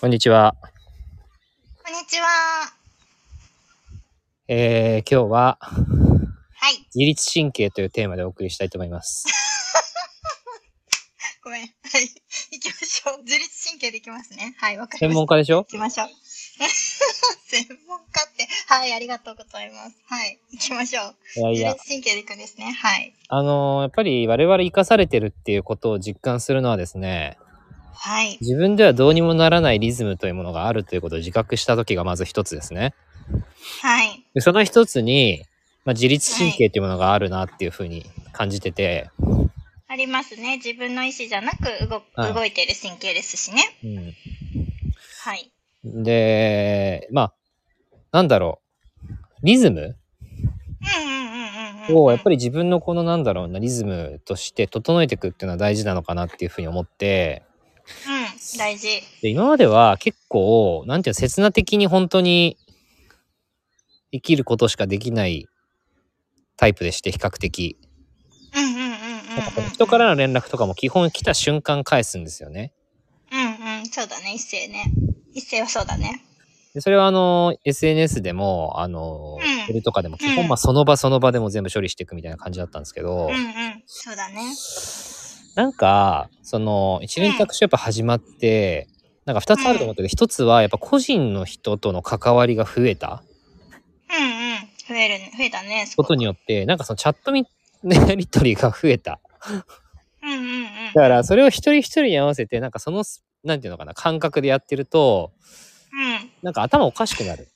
こんにちは。 こんにちは。 今日ははい。 自律神経というテーマでお送りしたいと思います。 ごめん。はい。行きましょう。自律神経でいきますね。はい、わかり専ました。 門家でしょ？ 行きましょう。専門家って。はい、ありがとうございます。はい、行きましょう。自いやいや、 律神経でいくんですね。はい。 やっぱり我々生かされてるっていうことを実感するのはですね、 はい。 自分ではどうにもならないリズムというものがあるということを自覚した時がまず一つですね。 はい。 で、その一つに、自律はい。 神経というものがあるなっていうふうに感じてて、 ありますね。自分の意思じゃなくは動いている神経ですしね。 い。 はい。 で、なんだろリズムうんうんうんうんうんうん。 をやっぱり自分のこのリズムとして整えていくっていうのは大事なのかなっていうふうに思って、 うん、大事。 で、今までは結構、なんていうの、刹那的に本当に生きることしかできないタイプでして、比較的。 うんうんうんうんうんうん。 なんかこの人からの連絡とかも基本来た瞬間返すんですよね。 うんうん、そうだね、一斉ね。一斉はそうだね。 で、それはSNS でも、 うん。 メールとかでも基本、 うん。 その場その場でも全部処理していくみたいな感じだったんですけど、 うんうん。そうだね。 なんか、一連うん。 着手やっぱ始まって、なんか二つあると思ってて、一つはやっぱ個人の人との関わりが増えたうんうん。増えるね。増えたね、すことにごく。 よって、なんかそのチャットのやり取りが増えた。 うんうんうんうん。 だからそれを一人一人に合わせて、なんかなんていうのかな、感覚でやってると、 うん。 なんか頭おかしくなる。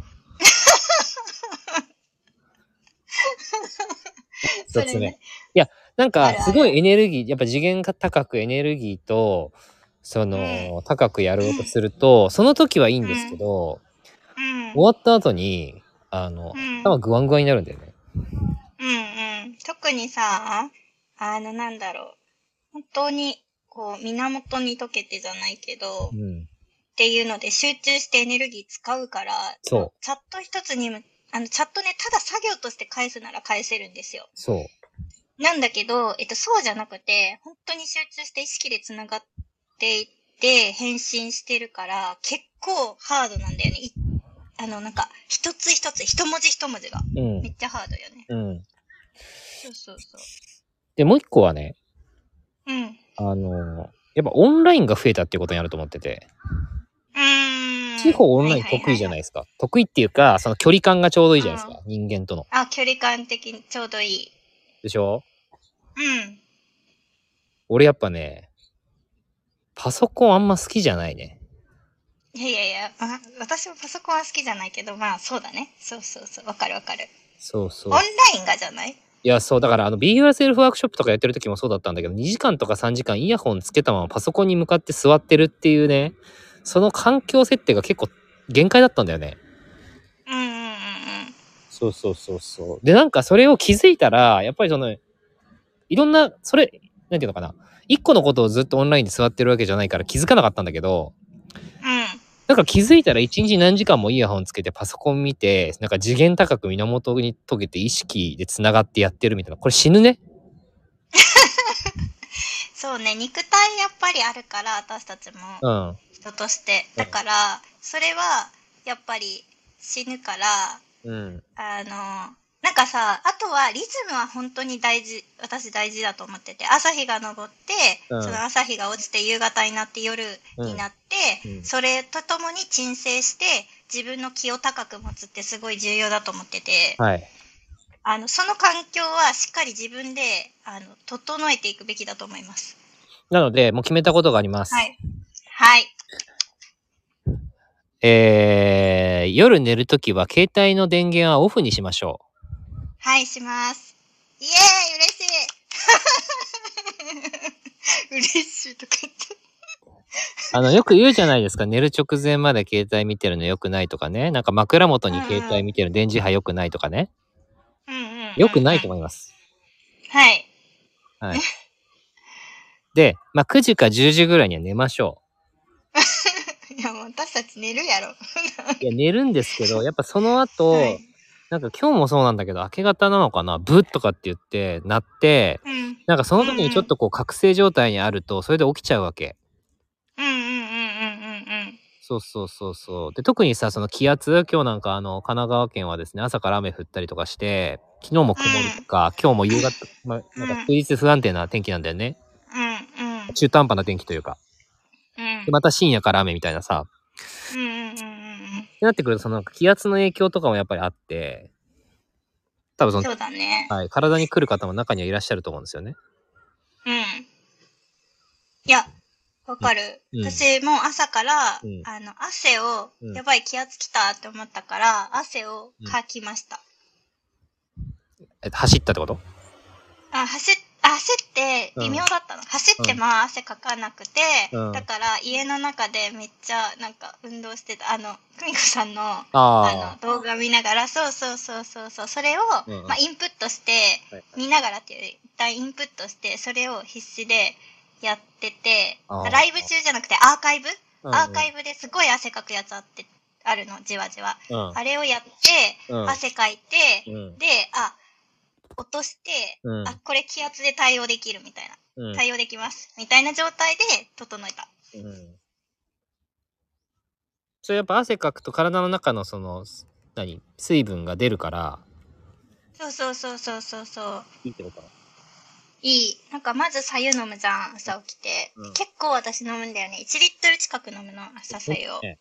一つ目。 それね。 いや、なんかすごいあるある。 エネルギー、やっぱ次元が高くエネルギーと、 うん。 高くやろうとすると、その時はいいんですけうん。 ど、 うん。 終わった後に、 うん。 頭グワングワンになるんだよね。 うんうん。特にさ、なんだろう。本当に、こう、源に溶けてじゃないけど、 うん。 っていうので集中してエネルギー使うから、もうそう。 チャット一つにも、チャットね、ただ作業として返すなら返せるんですよ。 そう。 なんだけど、そうじゃなくて、本当に集中して意識で繋がっていって、返信してるから、結構ハードなんだよね。なんか、一つ一つ、一文字一文字が。 うん。 めっちゃハードよね。 うん。 そうそうそう。 で、もう一個はね、 うん。 やっぱオンラインが増えたっていうことにあると思ってて、 はい地方オンライン得意はいはいはい。 じゃないですか。得意っていうか、その距離感がちょうどいいじゃないですうん。 か。人間との。 あ、距離感的にちょうどいい。 でしょ？ うん。 俺やっぱね、パソコンあんま好きじゃないね。 いやいやいや、私もパソコンは好きじゃないけど、まあそうだね。そうそうそう。わかるわかる。 そうそう。 オンラインがじゃない？ いや、そう、だからBe Yourself ワークショップとかやってる時もそうだったんだけど、2時間とか3時間イヤホンつけたままパソコンに向かって座ってるっていうね、その環境設定が結構限界だったんだよね。 うんうんうんうん。 そうそうそうそう。で、なんかそれを気づいたら、やっぱりいろんな、なんていうのかな。一個のことをずっとオンラインで座ってるわけじゃないから気づかなかったんだけど、 うんなんか気づいたら一日何時間もイヤホンつけてパソコン見て、なんか次元高く源に遂げて意識で繋がってやってるみたいな。これ死ぬね。 そうね、肉体やっぱりあるから、私たちもうん。 人として。だから、それはやっぱり死ぬから、 うん。 なんかさ、あとはリズムは本当に大事、私大事だと思ってて、朝日が昇って、そうん。 の朝日が落ちて夕方になって夜うん。 になって、 うん。 それとともに鎮静して自分の気を高く持つってすごい重要だと思ってて、 はい。 その環境はしっかり自分で、整えていくべきだと思います。 なので、もう決めたことがあります。 はい。はい。 夜寝るときは携帯の電源はオフにしましょはい、します。イエーイ嬉しい嬉しいとか言って。 う。よく言うじゃないですか。寝る直前まで携帯見てるの良くないとかね。なんか枕元うんに携帯うん。 見てる電磁波良くないとかね。 うんうんうんうん。 良くないと思います。 はい。 はい。で、9時か10時ぐらいには寝ましょいや、もう私たち寝るやろ。 う。いや、寝るんですけど、やっぱその後、 はい。 なんか今日もそうなんだけど、明け方なのかな、ブッとかって言って、鳴って、 うん。 なんかその時にうんうん。 ちょっとこう覚醒状態にあると、それで起きちゃうわけ。 うんうんうんうんうんうん。 そうそうそうそう。で、特にさ、その気圧、今日なんか神奈川県はですね、朝から雨降ったりとかして、昨日も曇りとか、今日も夕方、なんか数日不安定な天気なんだよね。中途半端な天気というか。で、また深夜から雨みたいなさ。ってなってくると、その気圧の影響とかもやっぱりあって、多分そうだね。 はい、体に来る方も中にはいらっしゃると思うんですよね。 いや、わかる。私も朝から、汗を、やばい気圧来たって思ったから、汗をかきました。 走ったってこと？ 走って微妙だったの。走ってまあ汗かかなくて、だから家の中でめっちゃなんか運動してた。久美子さんの動画見ながら、そう、それを、まあインプットして、見ながらっていう、一旦インプットして、それを必死でやってて、ライブ中じゃなくてアーカイブですごい汗かくやつあるの、じわじわ。あれをやって、汗かいて、で、落として、これ気圧で対応できるみたいな。対応できます。みたいな状態で整えた。 それやっぱ汗かくと体の中のその、水分が出るから。 そう。 いいってこと？ いい。なんかまず白湯飲むじゃん、朝起きて。結構私飲むんだよね。1リットル近く飲むの、朝白湯を。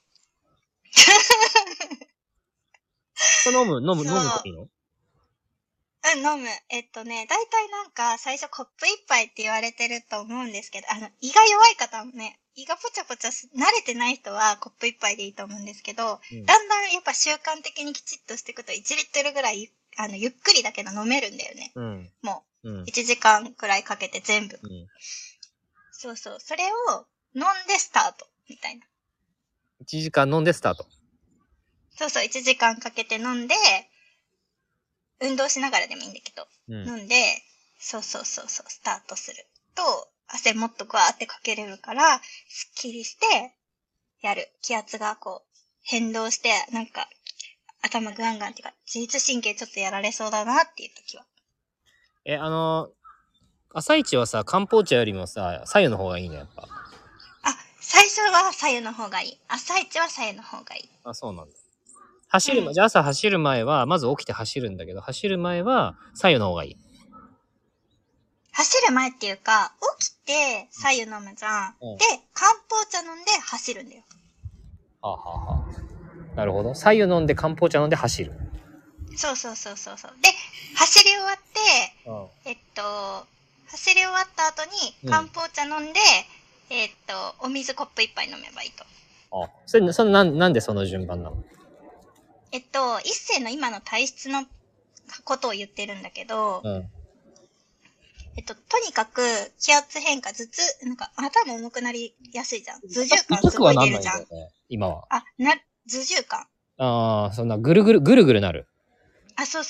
飲むといいの？ 飲む。大体なんか最初コップ一杯って言われてると思うんですけど、胃が弱い方もね、胃がぽちゃぽちゃ慣れてない人はコップ一杯でいいと思うんですけど、だんだんやっぱ習慣的にきちっとしていくと1リットルぐらい、ゆっくりだけど飲めるんだよね。もう、1時間くらいかけて全部。そう。それを飲んでスタート、みたいな。 1時間飲んでスタート。 そう、1時間かけて飲んで、運動しながらでもいいんだけど、飲んで、そう、スタートすると、汗もっとガーってかけれるから、すっきりして、やる。気圧がこう、変動して、なんか、頭グワンガンっていうか、自律神経ちょっとやられそうだなっていう時は。 朝一はさ、漢方茶よりもさ、白湯の方がいいね、やっぱ。 最初は白湯の方がいい。朝一は白湯の方がいい。 そうなんだ。じゃあ朝走る前は、まず起きて走るんだけど、走る前は、白湯の方がいい。 走る前っていうか、起きて白湯飲むじゃん。で、漢方茶飲んで走るんだよ。 なるほど。白湯飲んで漢方茶飲んで走る。 そう。で、走り終わって、走り終わった後に漢方茶飲んで、お水コップ一杯飲めばいいと。 それなんでその順番なの？ 一世の今の体質のことを言ってるんだけど、とにかく気圧変化、頭痛、なんか頭重くなりやすいじゃん。頭重感すごい出るじゃん。 今は。 頭重感。 そんなぐるぐるなる。 そう。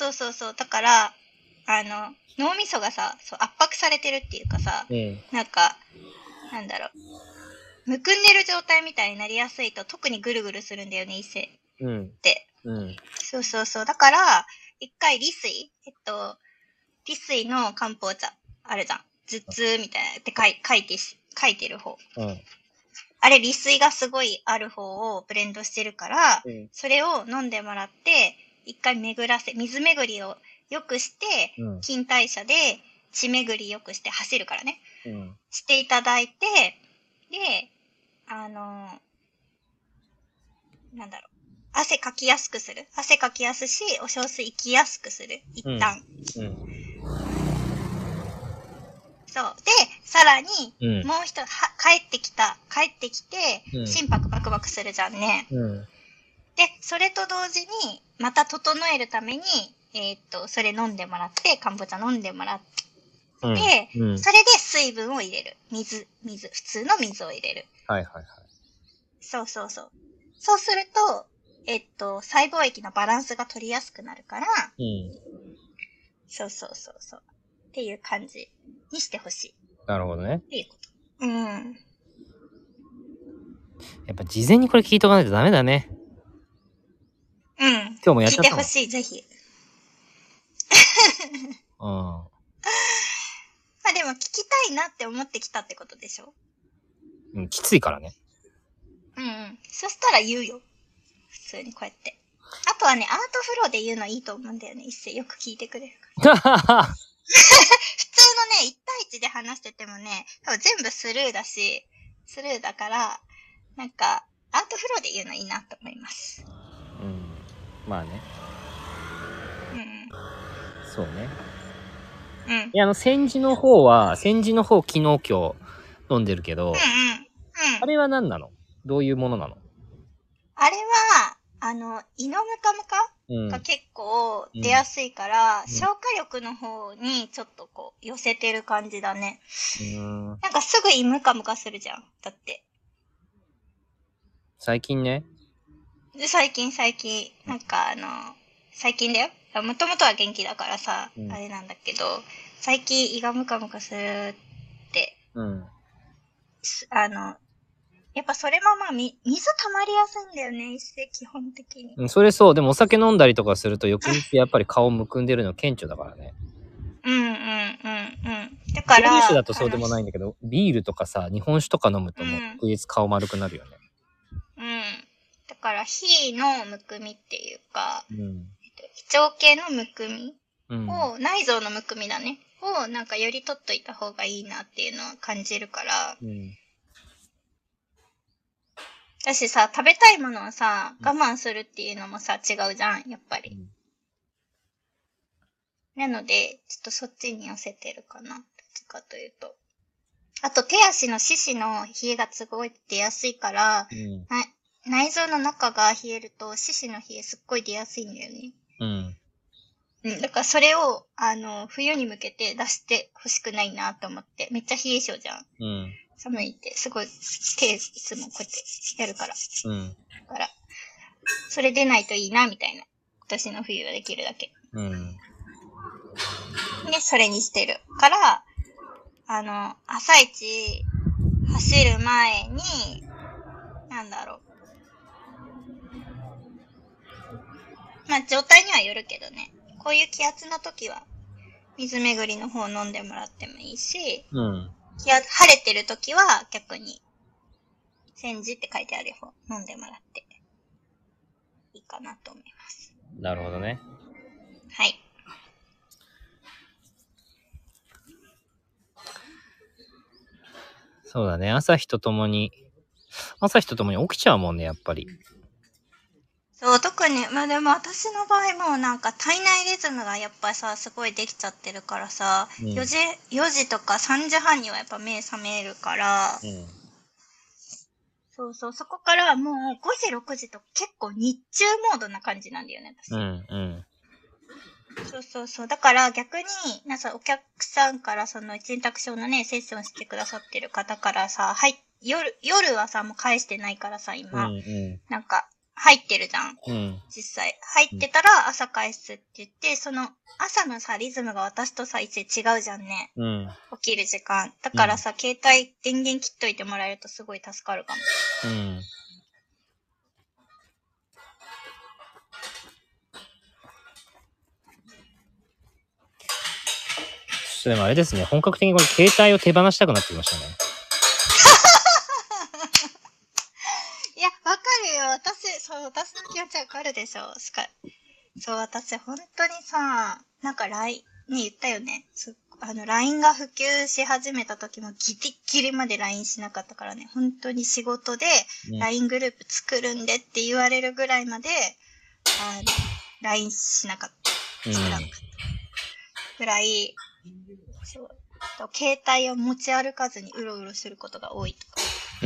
だから、脳みそがさ、圧迫されてるっていうかさ、なんか、なんだろう。むくんでる状態みたいになりやすいと特にぐるぐるするんだよね、異性って。そう。だから、一回利水の漢方茶あるじゃん。頭痛みたいなって書いてる方。あれ利水がすごいある方をブレンドしてるから、それを飲んでもらって、一回水巡りを良くして、筋代謝で血巡り良くして走るからね。していただいて、で、なんだろう。汗かきやすくする。汗かきやすし、お小水行きやすくする。一旦。そう。で、さらに、もう一つ、帰ってきて、心拍バクバクするじゃんね。で、それと同時に、また整えるために、それ飲んでもらって、漢方茶飲んでもらって、それで水分を入れる。水。普通の水を入れる。そう。そうすると、細胞液のバランスが取りやすくなるから、そう。っていう感じにしてほしい。 なるほどね。 っていうこと。 やっぱ事前にこれ聞いとかないとダメだね。今日もやっちゃった。 聞いてほしい、ぜひ。でも聞きたいなって思ってきたってことでしょ？ きついからね。 そしたら言うよ。普通にこうやって。あとはね、アートフローで言うのいいと思うんだよね。一斉よく聞いてくれるから。普通のね、1対1で話しててもね、多分全部スルーだし、スルーだから、なんか、アートフローで言うのいいなと思います。 うん。まあね。 うん。 そうね。 うん。 いや、戦時の方昨日今日飲んでるけど、あれは何なの？どういうものなの？ あれは、胃のムカムカが結構出やすいから、消化力の方にちょっとこう寄せてる感じだね。なんかすぐ胃ムカムカするじゃん。だって。 最近ね。 で、最近。なんか最近だよ。もともとは元気だからさ、あれなんだけど、最近胃がムカムカするって。やっぱそれもまあ、水溜まりやすいんだよね、一世基本的に。 それそう。でもお酒飲んだりとかすると翌日やっぱり顔むくんでるの顕著だからね。 だから。 ビール酒だとそうでもないんだけど、ビールとかさ、日本酒とか飲むともう翌日顔丸くなるよね。 だから火のむくみっていうか、胃腸系のむくみを、内臓のむくみだね。をなんかより取っといた方がいいなっていうのは感じるから、だしさ、食べたいものをさ、我慢するっていうのもさ、違うじゃん、やっぱり。なので、ちょっとそっちに寄せてるかな、どっちかというと。あと、手足の四肢の冷えがすごい出やすいから、内臓の中が冷えると、四肢の冷えすっごい出やすいんだよね。だからそれを、冬に向けて出してほしくないなと思って。めっちゃ冷え性じゃん。寒いって、すごい、手いつもこうやってやるから。だから、それ出ないといいな、みたいな。今年の冬はできるだけ。で、それにしてる。から、朝一、走る前に、なんだろう。まあ、状態にはよるけどね。こういう気圧の時は、水巡りの方飲んでもらってもいいし、晴れてる時は逆に、煎じって書いてある方飲んでもらっていいかなと思います。 なるほどね。 はい。 そうだね。朝日とともに起きちゃうもんね、やっぱり。 そう、特に、まあでも私の場合もなんか体内リズムがやっぱさ、すごいできちゃってるからさ、4時とか3時半にはやっぱ目覚めるから、そう、そこからもう5時、6時と結構日中モードな感じなんだよね、私。そう。だから逆に、お客さんからその一日卓上のね、セッションしてくださってる方からさ、夜はさ、もう返してないからさ、今。なんか、入ってるじゃん。実際。入ってたら朝返すって言って、その朝のさ、リズムが私とさ、一時違うじゃんね。起きる時間。だからさ、携帯電源切っといてもらえるとすごい助かるかも。 でもあれですね、本格的にこれ携帯を手放したくなってきましたね。 いや、わかるよ。私の気持ちわかるでしょ。そう、私本当にさ、なんかLINE に言ったよね。LINE が普及し始めた時もギリギリまで LINE しなかったからね。本当に仕事で LINE グループ作るんでって言われるぐらいまで、LINE しなかった。作らなかった。ぐらい、そう。携帯を持ち歩かずにうろうろすることが多いとか。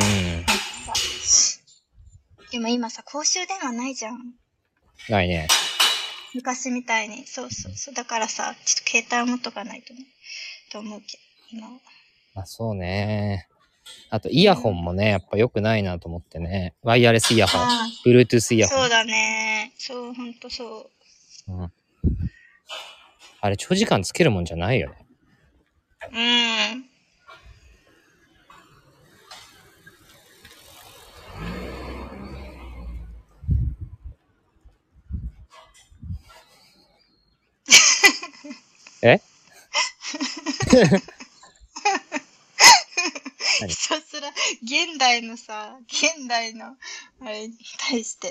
でも今さ、公衆電話ないじゃん。 ないね。 昔みたいに。そう。だからさ、ちょっと携帯を持っとかないとね。と思うけど、今は。 あ、そうね。あと、イヤホンもね、やっぱ良くないなと思ってね。ワイヤレスイヤホン。Bluetooth イヤホン。 そうだね。そう、ほんとそう。 あれ、長時間つけるもんじゃないよね。 ひたすら現代のさ、現代の、あれに対して、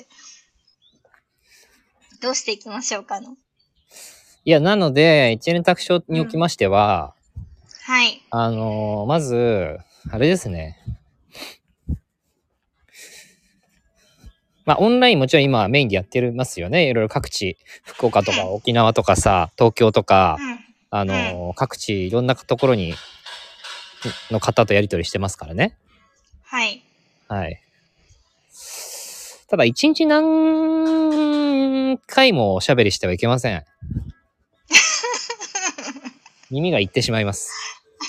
どうしていきましょうかの。 いや、なので、一連卓上におきましては、 はい。 まず、あれですね。まあ、オンラインもちろん今メインでやってますよね。いろいろ各地、福岡とか沖縄とかさ、東京とか、各地いろんなところの方とやり取りしてますからね。 はい。 はい。ただ、一日何回もおしゃべりしてはいけません。耳がいってしまいます。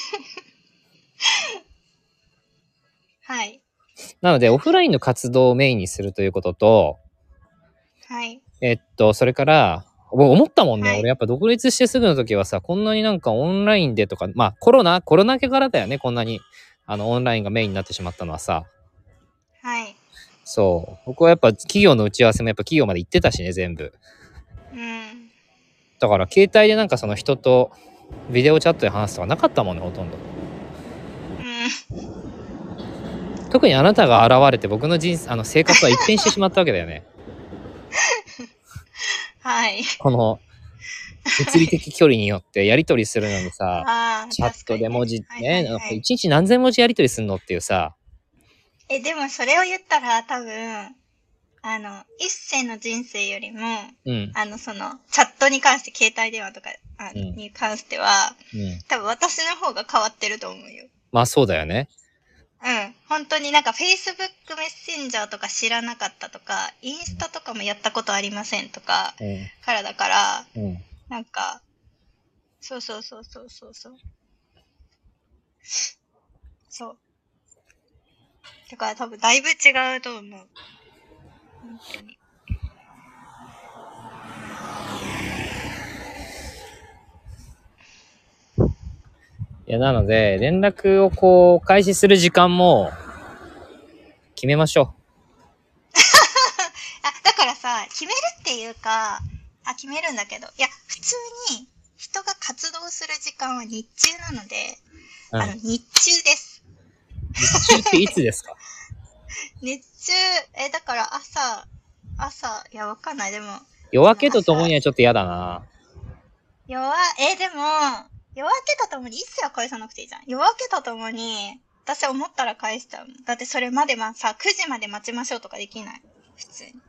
はい。 なので、オフラインの活動をメインにするということと、 はい。 それから、思ったもんね。 はい。 俺やっぱ独立してすぐの時はさ、こんなになんかオンラインでとか、まあコロナ明けからだよね。こんなに、オンラインがメインになってしまったのはさ。 はい。 そう。僕はやっぱ企業の打ち合わせもやっぱ企業まで行ってたしね、全部。 うん。 だから携帯でなんかその人とビデオチャットで話すとかなかったもんね、ほとんど。 うん。 特にあなたが現れて僕の生活は一変してしまったわけだよね。 はい。 この物理的距離によってやり取りするのにさ、 ああ、 チャットで文字はいはいね、 はい。 一日何千文字やり取りするのっていうさ、 でもそれを言ったら多分、一世の人生よりも、 うん。 チャットに関して、携帯電話とか、 うん。 に関しては、 うん。 多分私の方が変わってると思うよ。 まあそうだよね。 うん。本当になんか Facebook メッセンジャーとか知らなかったとか、インスタとかもやったことありませんとか、 うん。 からだから、 うん。 なんか、そうそうそうそうそうそう。そう。だから多分だいぶ違うと思う。本当に。 いや、なので、連絡をこう、開始する時間も決めましょだからさ、決めるっていうか、決めるんだけど、いや、普通に人が活動する時間は日中なので、 う。うん。 日中です。 日中っていつですか？ 日中、だからいや、わかんない。でも、 夜明けととも朝、 にはちょっと嫌だな。 でも、夜明けとともに一切は返さなくていいじゃん。夜明けとともに、私思ったら返しちゃうもん。だってそれまでさ、9時まで待ちましょうとかできない。普通に。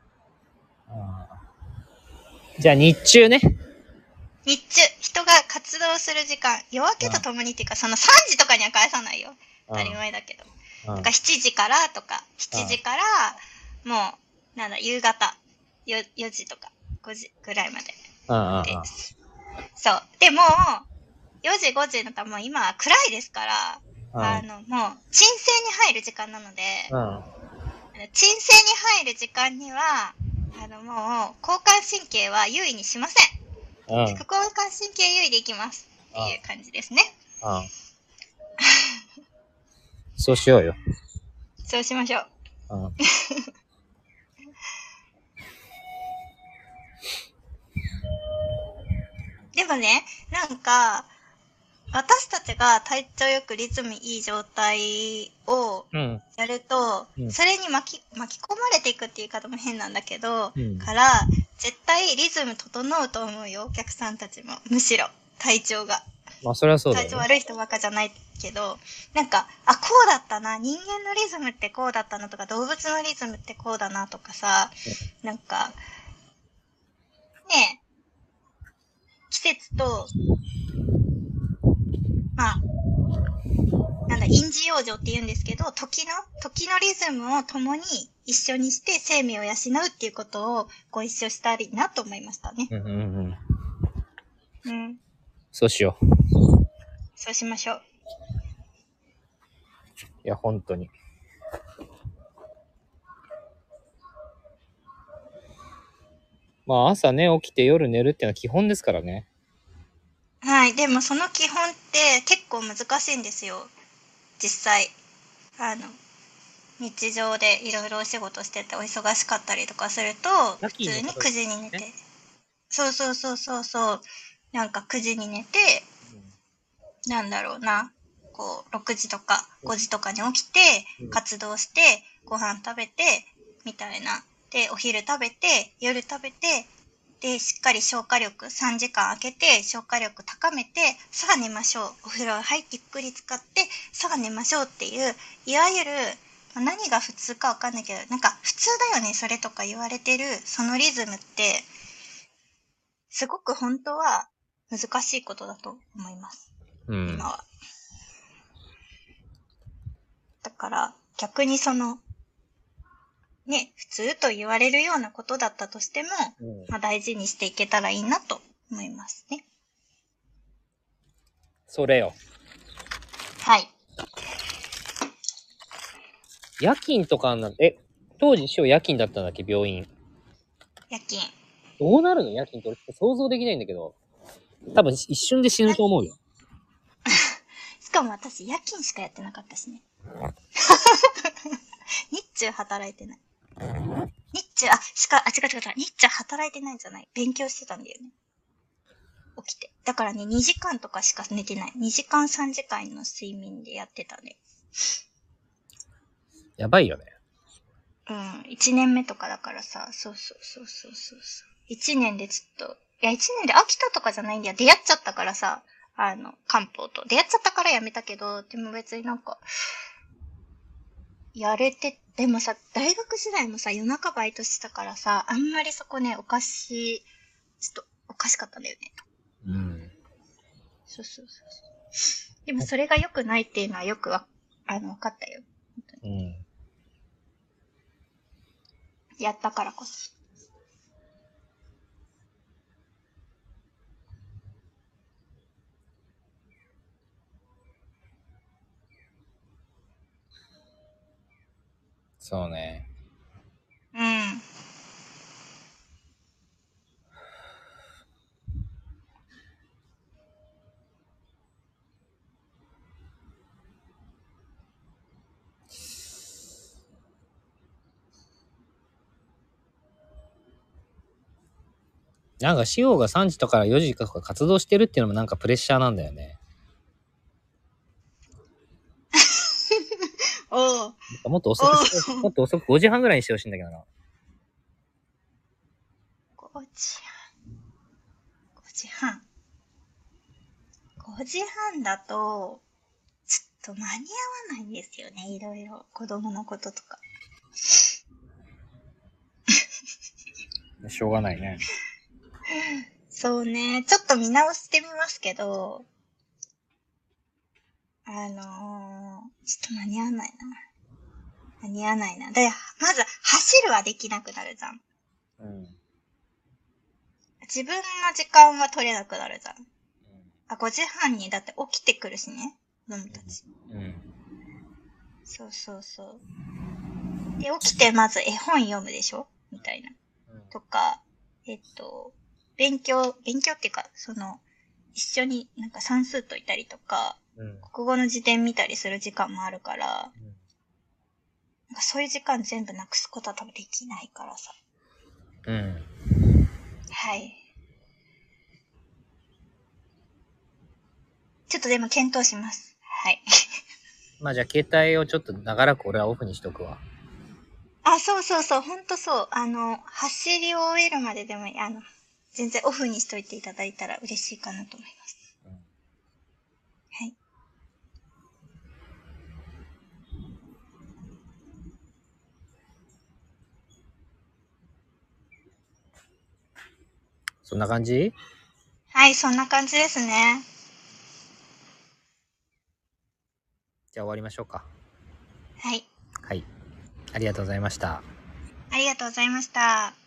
じゃあ日中ね。 日中、人が活動する時間、夜明けとともにっていうか、その3時とかには返さないよ。当たり前だけど。なんか7時からとか、7時から、もう、夕方、4時とか、5時ぐらいまで。そう。でも、4時、5時のたもう今は暗いですから、もう、鎮静に入る時間なので、鎮静に入る時間には、もう、交感神経は優位にしません。副交感神経優位でいきますっていう感じですね。 そうしようよ。 そうしましょう。でもね、なんか、私たちが体調よくリズムいい状態をやると、それに巻き込まれていくっていう言い方も変なんだけど、から、絶対リズム整うと思うよ、お客さんたちも。むしろ、体調が。 まあそれはそうだよね。 体調悪い人ばっかじゃないけど、なんか、こうだったな、人間のリズムってこうだったなとか、動物のリズムってこうだなとかさ、なんか、ねえ、季節と、まあ、陰児養生って言うんですけど、時のリズムを共に一緒にして生命を養うっていうことをご一緒したいなと思いましたね。 そうしよう。 そうしましょう。 いや、本当に。まあ朝ね、起きて夜寝るっていうのは基本ですからね。 はい。でもその基本って結構難しいんですよ。実際。日常でいろいろお仕事しててお忙しかったりとかすると、普通に9時に寝て。そう。なんか9時に寝て、なんだろうな。 こう、6時とか5時とかに起きて、活動して、ご飯食べて、みたいな。で、お昼食べて、夜食べて、で、しっかり消化力、3時間空けて、消化力高めて、さあ寝ましょう。お風呂入ってゆっくり使って、さあ寝ましょうっていう、いわゆる、何が普通かわかんないけど、なんか普通だよね、それとか言われてる、そのリズムって、すごく本当は難しいことだと思います。今は。だから、逆にね、普通と言われるようなことだったとしても、まあ大事にしていけたらいいなと思いますね。 それよ。 はい。 夜勤とか当時師匠夜勤だったんだっけ、病院。 夜勤。 どうなるの夜勤って俺想像できないんだけど。多分一瞬で死ぬと思うよ。 しかも私夜勤しかやってなかったしね。日中働いてない。違う違う。日中働いてないんじゃない。勉強してたんだよね。起きて。だからね、2時間とかしか寝てない。2時間3時間の睡眠でやってたね。 やばいよね。 1年目とかだからさ、そう。1年でちょっと、いや、1年で飽きたとかじゃないんだよ。出会っちゃったからさ、漢方と。出会っちゃったからやめたけど、でも別になんか、やれて、でもさ、大学時代もさ、夜中バイトしてたからさ、あんまりそこね、ちょっとおかしかったんだよね。そう。でもそれが良くないっていうのはよく分かったよ。本当に。やったからこそ。 そうね。なんか、塩が3時とか4時とか活動してるっていうのもなんかプレッシャーなんだよね。もっと遅く5時半ぐらいにしてほしいんだけどな。 5時半だと、ちょっと間に合わないんですよね。いろいろ。子供のこととか。 しょうがないね。 そうね。ちょっと見直してみますけど、ちょっと間に合わないな。で、まず、走るはできなくなるじゃん。自分の時間は取れなくなるじゃん。5時半にだって起きてくるしね。子供たち。そう。で、起きてまず絵本読むでしょみたいな。とか、勉強っていうか、一緒になんか算数解いたりとか、国語の辞典見たりする時間もあるから、なんかそういう時間全部なくすことは多分できないからさ。はい。ちょっとでも検討します。はい。 まあじゃあ携帯をちょっと長らく俺はオフにしとくわ。 そう。ほんとそう。走り終えるまででも、全然オフにしといていただいたら嬉しいかなと思います。はい。 そんな感じ？ はい、そんな感じですね。 じゃあ終わりましょうか。 はい。 はい。ありがとうございました。 ありがとうございました。